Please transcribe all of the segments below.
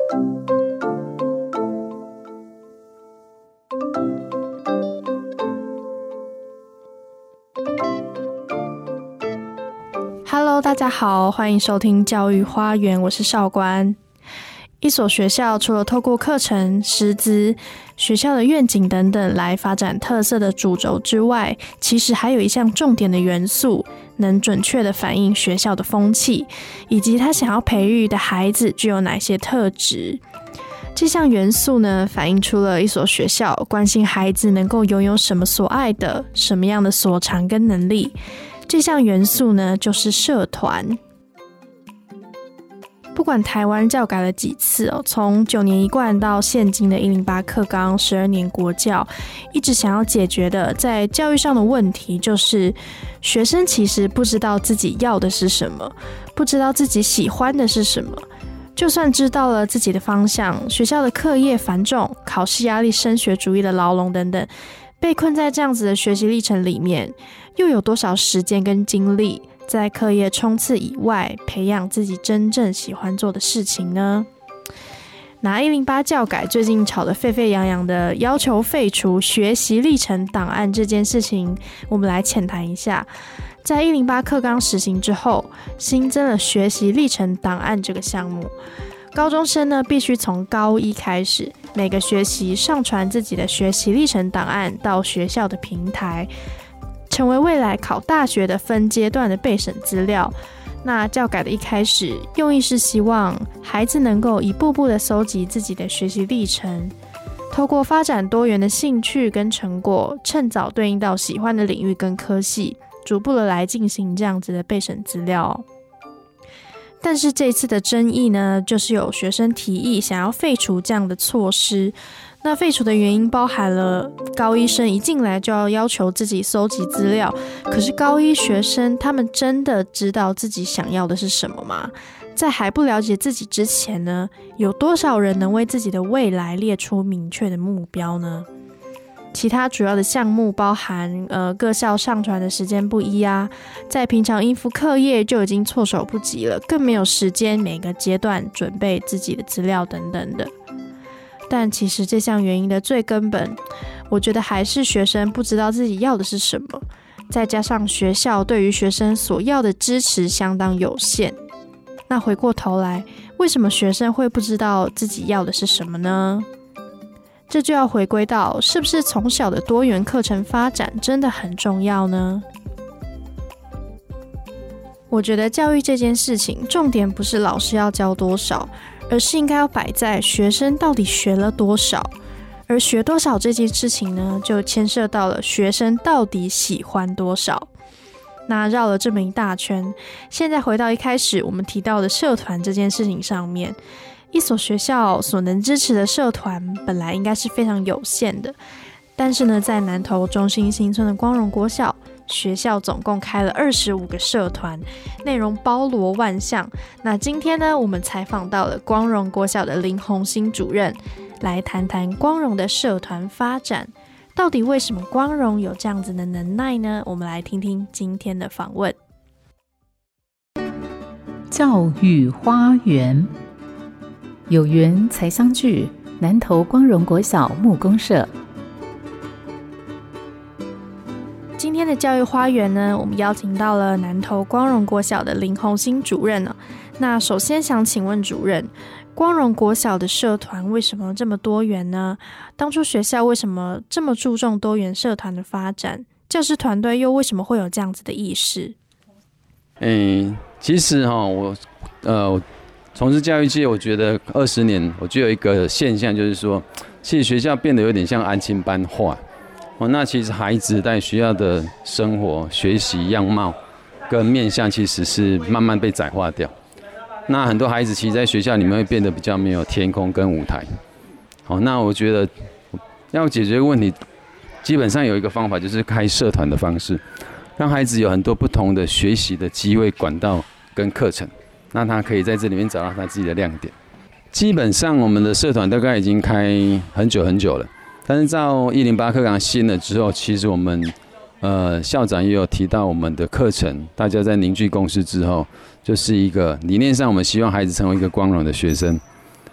Hello， 大家好，欢迎收听教育花园，我是少官。一所学校除了透过课程、师资、学校的愿景等等来发展特色的主轴之外，其实还有一项重点的元素，能准确地反映学校的风气，以及他想要培育的孩子具有哪些特质。这项元素呢，反映出了一所学校关心孩子能够拥有什么所爱的、什么样的所长跟能力。这项元素呢，就是社团。不管台湾教改了几次从9年一贯到现今的108课纲12年国教，一直想要解决的在教育上的问题，就是学生其实不知道自己要的是什么，不知道自己喜欢的是什么。就算知道了自己的方向，学校的课业繁重、考试压力、升学主义的牢笼等等，被困在这样子的学习历程里面，又有多少时间跟精力在课业冲刺以外，培养自己真正喜欢做的事情呢？拿108教改最近吵得沸沸扬扬的要求废除学习历程档案这件事情，我们来浅谈一下。在108课纲实行之后，新增了学习历程档案这个项目。高中生呢，必须从高一开始，每个学期上传自己的学习历程档案到学校的平台，成为未来考大学的分阶段的备审资料。那教改的一开始，用意是希望孩子能够一步步的搜集自己的学习历程，透过发展多元的兴趣跟成果，趁早对应到喜欢的领域跟科系，逐步的来进行这样子的备审资料。但是这次的争议呢，就是有学生提议想要废除这样的措施。那废除的原因包含了高一生一进来就要求自己搜集资料，可是高一学生他们真的知道自己想要的是什么吗？在还不了解自己之前呢，有多少人能为自己的未来列出明确的目标呢？其他主要的项目包含各校上传的时间不一啊，在平常应付课业就已经措手不及了，更没有时间每个阶段准备自己的资料等等的。但其实这项原因的最根本，我觉得还是学生不知道自己要的是什么，再加上学校对于学生所要的支持相当有限。那回过头来，为什么学生会不知道自己要的是什么呢？这就要回归到，是不是从小的多元课程发展真的很重要呢？我觉得教育这件事情，重点不是老师要教多少，而是应该要摆在学生到底学了多少。而学多少这件事情呢，就牵涉到了学生到底喜欢多少。那绕了这么一大圈，现在回到一开始我们提到的社团这件事情上面。一所学校所能支持的社团本来应该是非常有限的，但是呢，在南投中心新村的光荣国小，学校总共开了25个社团，内容包罗万象。那今天呢，我们采访到了光荣国小的林宏兴主任，来谈谈光荣的社团发展。到底为什么光荣有这样子的能耐呢？我们来听听今天的访问。 教育花园，有缘才相聚，南投光荣国小木工社。 今天的教育花园呢，我们邀请到了南投光荣国小的林宏兴主任。那首先想请问主任，光荣国小的社团为什么这么多元呢？当初学校为什么这么注重多元社团的发展？教师团队又为什么会有这样子的意识？ 其实我从事教育界，我觉得20年，我就有一个现象，就是说，其实学校变得有点像安亲班化。那其实孩子在学校的生活、学习样貌跟面向，其实是慢慢被窄化掉。那很多孩子其实在学校里面会变得比较没有天空跟舞台。那我觉得要解决这个问题，基本上有一个方法，就是开社团的方式，让孩子有很多不同的学习的机会、管道跟课程。那他可以在这里面找到他自己的亮点。基本上我们的社团大概已经开很久很久了，但是到108课纲新了之后，其实我们校长也有提到我们的课程，大家在凝聚共识之后，就是一个理念上，我们希望孩子成为一个光荣的学生。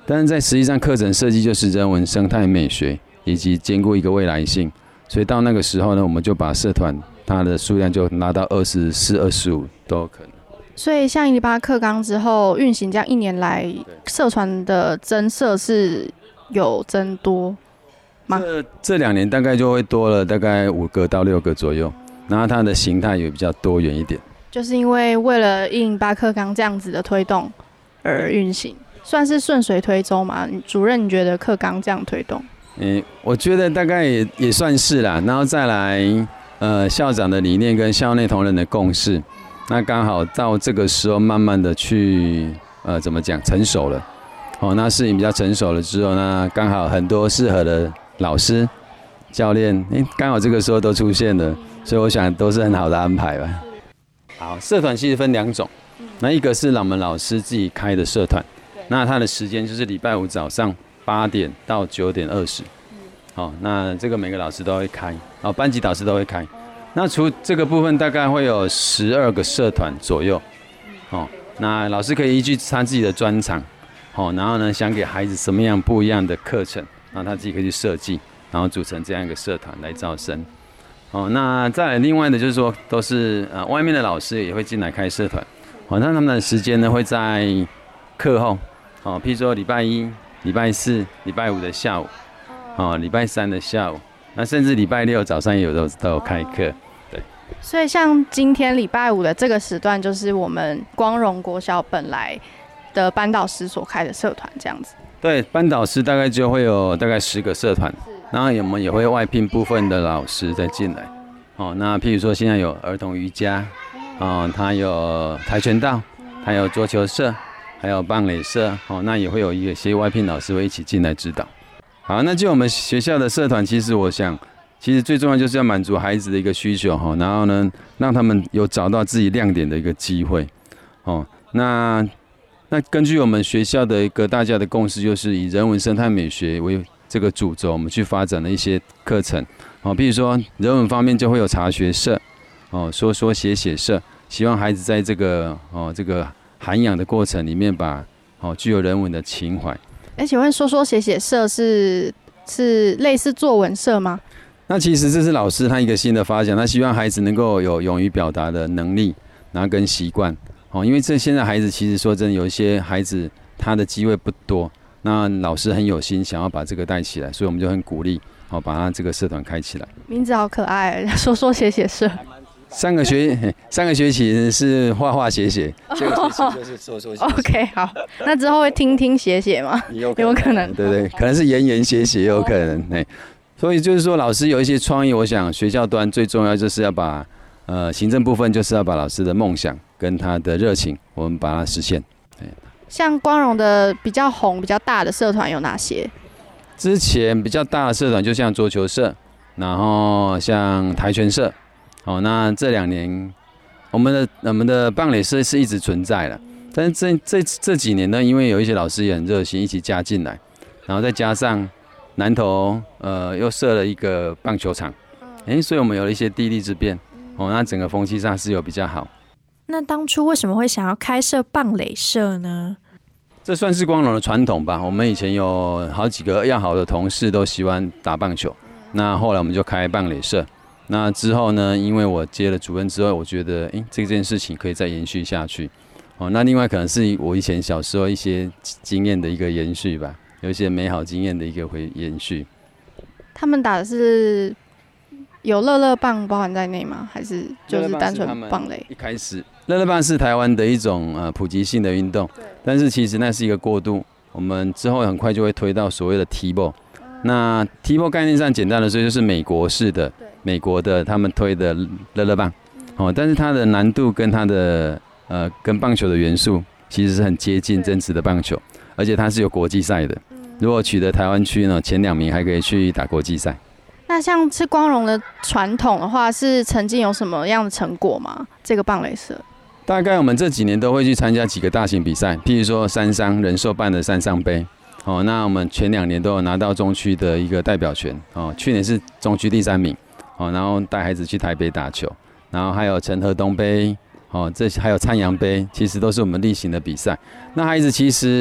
但是在实际上课程设计就是人文生态美学以及兼顾一个未来性，所以到那个时候呢，我们就把社团它的数量就拉到24、25都有可能。 所以像108课纲之后运行，这样1年来社团的增设是有增多吗？ 这2年大概就会多了大概5个到6个左右，然后它的形态也比较多元一点。 就是因为为了108课纲这样子的推动而运行，算是顺水推舟嘛？主任，你觉得课纲这样推动？ 我觉得大概也算是啦，然后再来校长的理念跟校内同仁的共识，那刚好到这个时候慢慢的去怎么讲成熟了，那事情比较成熟了之后，那刚好很多适合的老师、教练，刚好这个时候都出现了，所以我想都是很好的安排吧。好，社团其实分2种，那一个是我们老师自己开的社团，那它的时间就是礼拜5早上8点到9点20，那这个每个老师都会开，班级导师都会开。那除这个部分大概会有12个社团左右，那老师可以依据他自己的专长，然后呢想给孩子什么样不一样的课程，然后他自己可以去设计，然后组成这样一个社团来招生。那再来另外的就是说，都是外面的老师也会进来开社团，那他们的时间呢会在课后，譬如说礼拜1、礼拜4、礼拜5的下午，礼拜3的下午，那甚至礼拜6早上也都有开课。对， 所以像今天礼拜5的这个时段，就是我们光荣国小本来的班导师所开的社团这样子。 对，班导师大概就会有大概10个社团。然后我们也会外聘部分的老师再进来，那譬如说现在有儿童瑜伽，他有跆拳道，还有桌球社，还有棒垒社，那也会有一些外聘老师会一起进来指导。好，那就我们学校的社团，其实我想，其实最重要就是要满足孩子的一个需求，然后呢，让他们有找到自己亮点的一个机会，那根据我们学校的一个大家的共识，就是以人文生态美学为这个主轴，我们去发展的一些课程，比如说人文方面就会有茶学社，说说写写社，希望孩子在这个涵养的过程里面把具有人文的情怀。 请问说说写写社是类似作文社吗？ 那其实这是老师他一个新的发想，他希望孩子能够有勇于表达的能力，然后跟习惯，因为现在孩子其实说真的，有一些孩子他的机会不多。那老师很有心，想要把这个带起来，所以我们就很鼓励，把他这个社团开起来。 名字好可爱，说说写写社。 上个学期是画画写写，这个学期就是说说写写。 OK， 好，那之后会听听写写吗？有可能， 对，可能是言言写写，有可能。所以就是说，老师有一些创意，我想学校端最重要就是要把行政部分就是要把老师的梦想跟他的热情，我们把它实现。 像光荣的比较红、比较大的社团有哪些？ 之前比较大的社团就像桌球社，然后像跆拳社。那这2年我们的棒垒社是一直存在的，但是这几年呢，因为有一些老师也很热心，一起加进来，然后再加上南投又设了一个棒球场，所以我们有了一些地利之便，那整个风气上是有比较好。 那当初为什么会想要开设棒垒社呢？ 这算是光荣的传统吧。我们以前有好几个要好的同事都喜欢打棒球，那后来我们就开棒垒社。那之后呢，因为我接了主任之后，我觉得这件事情可以再延续下去。那另外可能是我以前小时候一些经验的一个延续吧，有一些美好经验的一个延续。 他们打的是有乐乐棒包含在内吗？还是就是单纯棒垒？ 一开始乐乐棒是台湾的一种普及性的运动，但是其实那是一个过渡，我们之后很快就会推到所谓的 T-ball。那 T-ball 概念上简单的说就是美国式的，美国的他们推的乐乐棒，但是它的难度跟它的跟棒球的元素其实是很接近真实的棒球，而且它是有国际赛的。如果取得台湾区呢前2名，还可以去打国际赛。 那像是光荣的传统的话，是曾经有什么样的成果吗？这个棒垒社大概我们这几年都会去参加几个大型比赛，譬如说三商人寿办的三商杯。那我们前2年都有拿到中区的一个代表权，去年是中区第3名，然后带孩子去台北打球，然后还有陈河东杯，这还有灿阳杯，其实都是我们例行的比赛。那孩子其实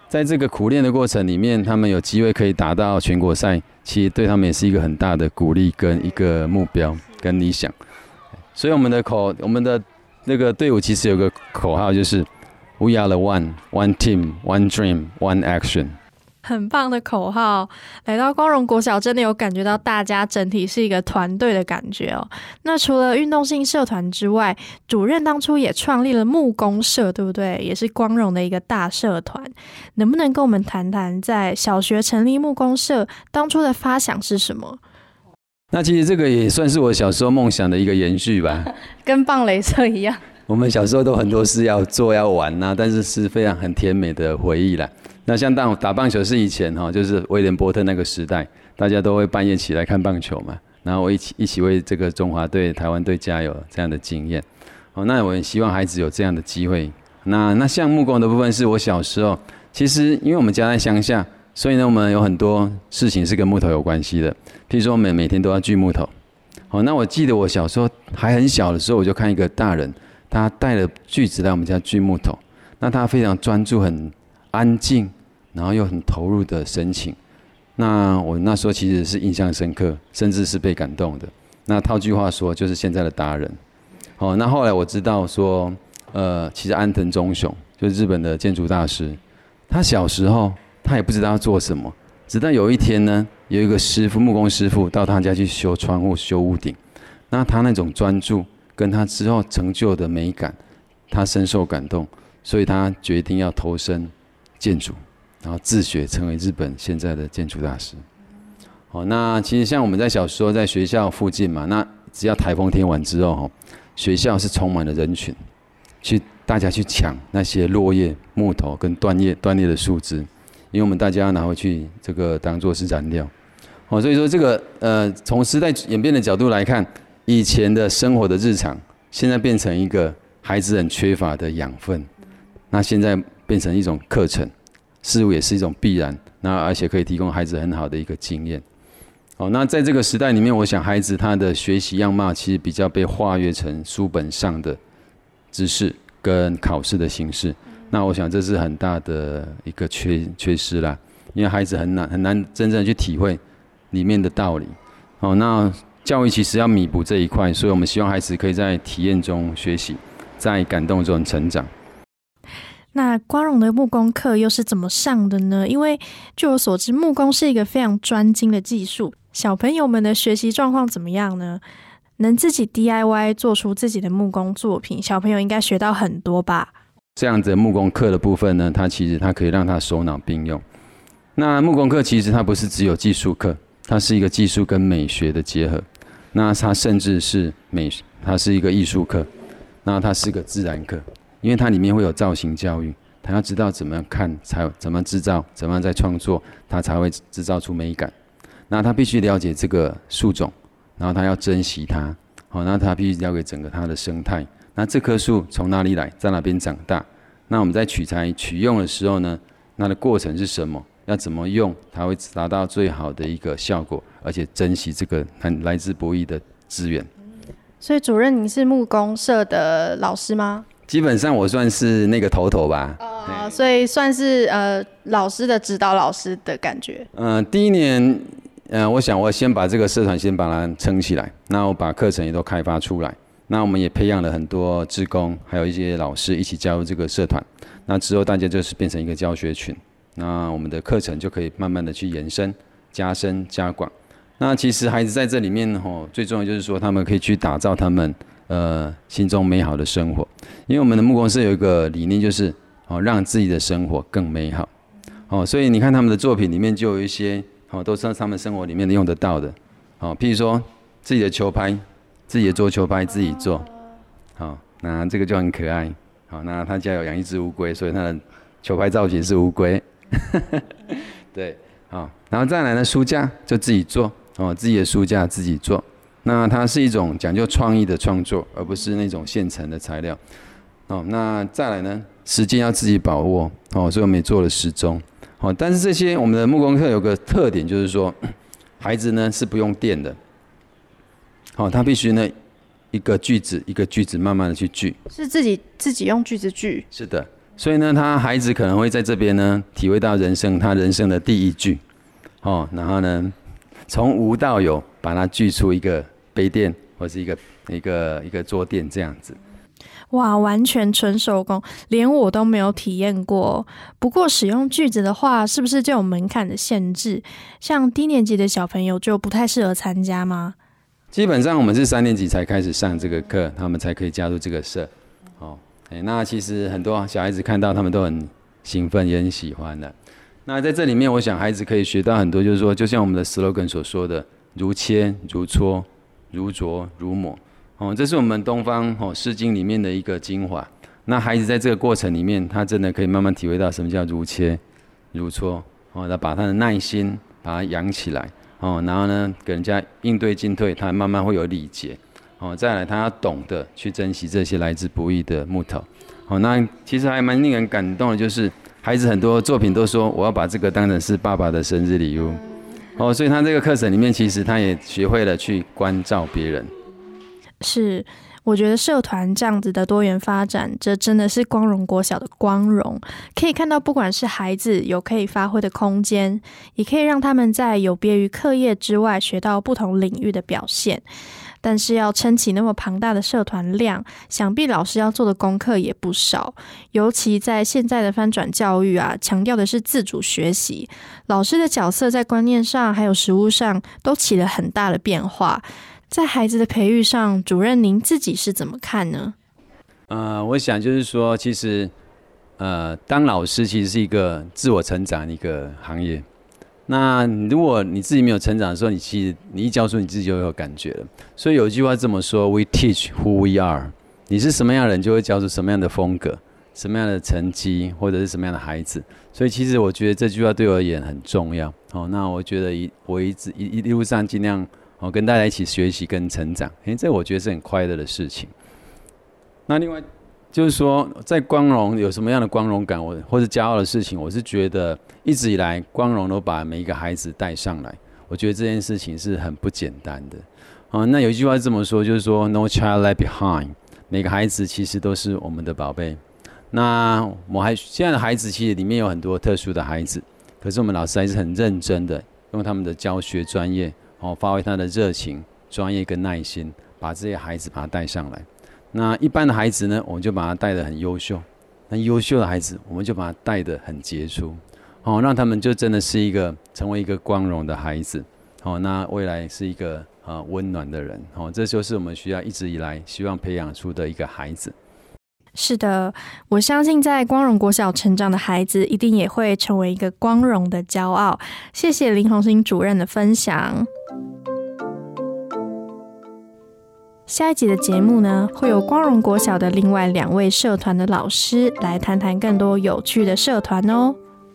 在这个苦练的过程里面，他们有机会可以打到全国赛，其实对他们也是一个很大的鼓励跟一个目标跟理想。所以我们的那个队伍其实有个口号，就是 We are the one team, one dream, one action。 很棒的口号，来到光荣国小真的有感觉到大家整体是一个团队的感觉哦。那除了运动性社团之外，主任当初也创立了木工社，对不对？也是光荣的一个大社团。能不能跟我们谈谈在小学成立木工社当初的发想是什么？ 那其实这个也算是我小时候梦想的一个延续吧， 跟棒雷社一样。 我们小时候都很多事要做要玩啊，但是是非常很甜美的回忆啦。那像打棒球是以前就是威廉波特那个时代，大家都会半夜起来看棒球嘛，然后我一起为这个中华队、台湾队加油这样的经验。那我也希望孩子有这样的机会。那像木工的部分是我小时候，其实因为我们家在乡下，所以呢我们有很多事情是跟木头有关系的，譬如说我们每天都要锯木头。那我记得我小时候还很小的时候，我就看一个大人，他带了锯子来我们家锯木头，那他非常专注、很安静，然后又很投入的神情。那我那时候其实是印象深刻，甚至是被感动的。那套句话说，就是现在的达人。那后来我知道说，其实安藤忠雄就是日本的建筑大师，他小时候他也不知道要做什么，直到有一天呢，有一个木工师傅到他家去修窗户、修屋顶，那他那种专注跟他之后成就的美感，他深受感动，所以他决定要投身建筑，然后自学成为日本现在的建筑大师。那其实像我们在小时候在学校附近嘛，那只要台风天完之后，学校是充满了人群，大家去抢那些落叶、木头跟断裂的树枝，因为我们大家要拿回去这个当作是燃料。所以说这个从时代演变的角度来看，以前的生活的日常，现在变成一个孩子很缺乏的养分，那现在变成一种课程，似乎也是一种必然，那而且可以提供孩子很好的一个经验。那在这个时代里面，我想孩子他的学习样貌其实比较被化约成书本上的知识跟考试的形式，那我想这是很大的一个缺失啦，因为孩子很难真正去体会里面的道理。那教育其实要弥补这一块，所以我们希望孩子可以在体验中学习，在感动中成长。 那光荣的木工课又是怎么上的呢？因为据我所知，木工是一个非常专精的技术，小朋友们的学习状况怎么样呢？能自己 DIY 做出自己的木工作品，小朋友应该学到很多吧？ 这样子的木工课的部分呢，它其实可以让他手脑并用。那木工课其实它不是只有技术课，它是一个技术跟美学的结合。那它甚至是它是一个艺术课，那它是个自然课，因为它里面会有造型教育，他要知道怎么样看，怎么制造，怎么样在创作，他才会制造出美感。那他必须了解这个树种，然后他要珍惜它，那他必须了解整个它的生态。那这棵树从哪里来，在哪边长大？那我们在取材取用的时候呢，那的过程是什么？要怎么用，它会达到最好的一个效果，而且珍惜这个来之不易的资源。 所以主任，你是木工社的老师吗？ 基本上我算是那个头吧。 所以算是老师的指导老师的感觉。 第一年，我想我先把这个社团先把它撑起来，那我把课程也都开发出来。那我们也培养了很多志工，还有一些老师一起加入这个社团。那之后大家就是变成一个教学群，那我们的课程就可以慢慢的去延伸、加深、加广。那其实孩子在这里面最重要就是说，他们可以去打造他们心中美好的生活。因为我们的木工社有一个理念，就是让自己的生活更美好。所以你看他们的作品里面就有一些都是他们生活里面用得到的。譬如说自己的球拍，自己的桌球拍自己做。那这个就很可爱。那他家有养一只乌龟，所以他的球拍造型是乌龟。对，然后再来呢，书架就自己做，自己的书架自己做。那它是一种讲究创意的创作，而不是那种现成的材料。那再来呢，时间要自己把握，所以我们也做了时钟。但是这些我们的木工课有个特点，就是说孩子呢是不用电的。他必须呢一个句子一个句子慢慢的去锯。 是自己用锯子锯？ 是的。 所以呢，他孩子可能会在这边呢体会到他人生的第一句，然后呢，从无到有，把它锯出一个杯垫或是一个桌垫这样子。 哇，完全纯手工，连我都没有体验过。不过使用锯子的话，是不是就有门槛的限制？像低年级的小朋友就不太适合参加吗？ 基本上我们是3年级才开始上这个课，他们才可以加入这个社。那其实很多小孩子看到他们都很兴奋，也很喜欢的。那在这里面，我想孩子可以学到很多，就是说，就像我们的 slogan 所说的，如切、如磋、如琢、如磨。这是我们东方诗经里面的一个精华。那孩子在这个过程里面，他真的可以慢慢体会到什么叫如切、如磋。他把他的耐心把它养起来。然后呢，跟人家应对进退，他慢慢会有礼节。再来，他要懂得去珍惜这些来之不易的木头。那其实还蛮令人感动的，就是孩子很多作品都说，我要把这个当成是爸爸的生日礼物。所以他这个课程里面，其实他也学会了去关照别人。 是，我觉得社团这样子的多元发展，这真的是光荣国小的光荣。可以看到，不管是孩子有可以发挥的空间，也可以让他们在有别于课业之外，学到不同领域的表现。但是要撑起那么庞大的社团量，想必老师要做的功课也不少。尤其在现在的翻转教育啊，强调的是自主学习，老师的角色在观念上还有实务上都起了很大的变化。在孩子的培育上，主任您自己是怎么看呢？ 我想就是说，其实当老师其实是一个自我成长的一个行业。那如果你自己没有成长的时候，你一教书，你自己就有感觉了。所以有一句话这么说 ：We teach who we are。你是什么样的人，就会教出什么样的风格、什么样的成绩，或者是什么样的孩子。所以其实我觉得这句话对我而言很重要。那我觉得我一路上尽量跟大家一起学习跟成长，这我觉得是很快乐的事情。那另外就是说，在光荣有什么样的光荣感，或者骄傲的事情，我是觉得一直以来光荣都把每一个孩子带上来，我觉得这件事情是很不简单的。那有一句话是这么说，就是说 No child left behind， 每个孩子其实都是我们的宝贝。那现在的孩子其实里面有很多特殊的孩子，可是我们老师还是很认真的用他们的教学专业，发挥他的热情、专业跟耐心，把这些孩子把他带上来。那一般的孩子呢，我们就把他带得很优秀；那优秀的孩子，我们就把他带得很杰出，让他们就真的是成为一个光荣的孩子。那未来是一个温暖的人。这就是我们需要一直以来希望培养出的一个孩子。 是的，我相信在光荣国小成长的孩子，一定也会成为一个光荣的骄傲。谢谢林宏兴主任的分享。下一集的节目呢，会有光荣国小的另外2位社团的老师来谈谈更多有趣的社团哦。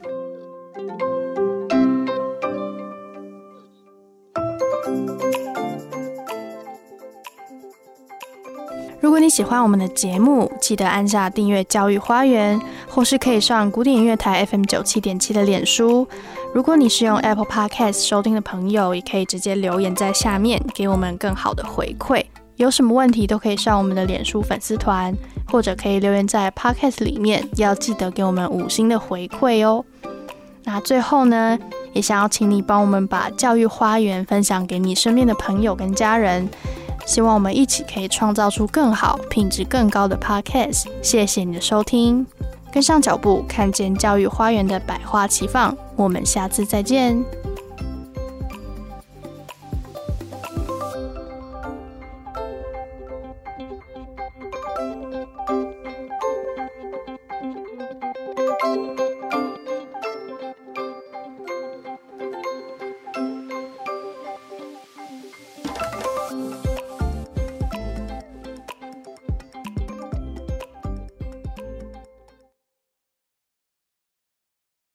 如果你喜欢我们的节目，记得按下订阅教育花园，或是可以上古典音乐台 FM97.7 的脸书。如果你是用 Apple Podcast 收听的朋友，也可以直接留言在下面，给我们更好的回馈。有什么问题都可以上我们的脸书粉丝团，或者可以留言在 Podcast 里面，要记得给我们5星的回馈哦。那最后呢，也想要请你帮我们把教育花园分享给你身边的朋友跟家人，希望我们一起可以创造出更好、品质更高的 Podcast。谢谢你的收听，跟上脚步，看见教育花园的百花齐放。我们下次再见。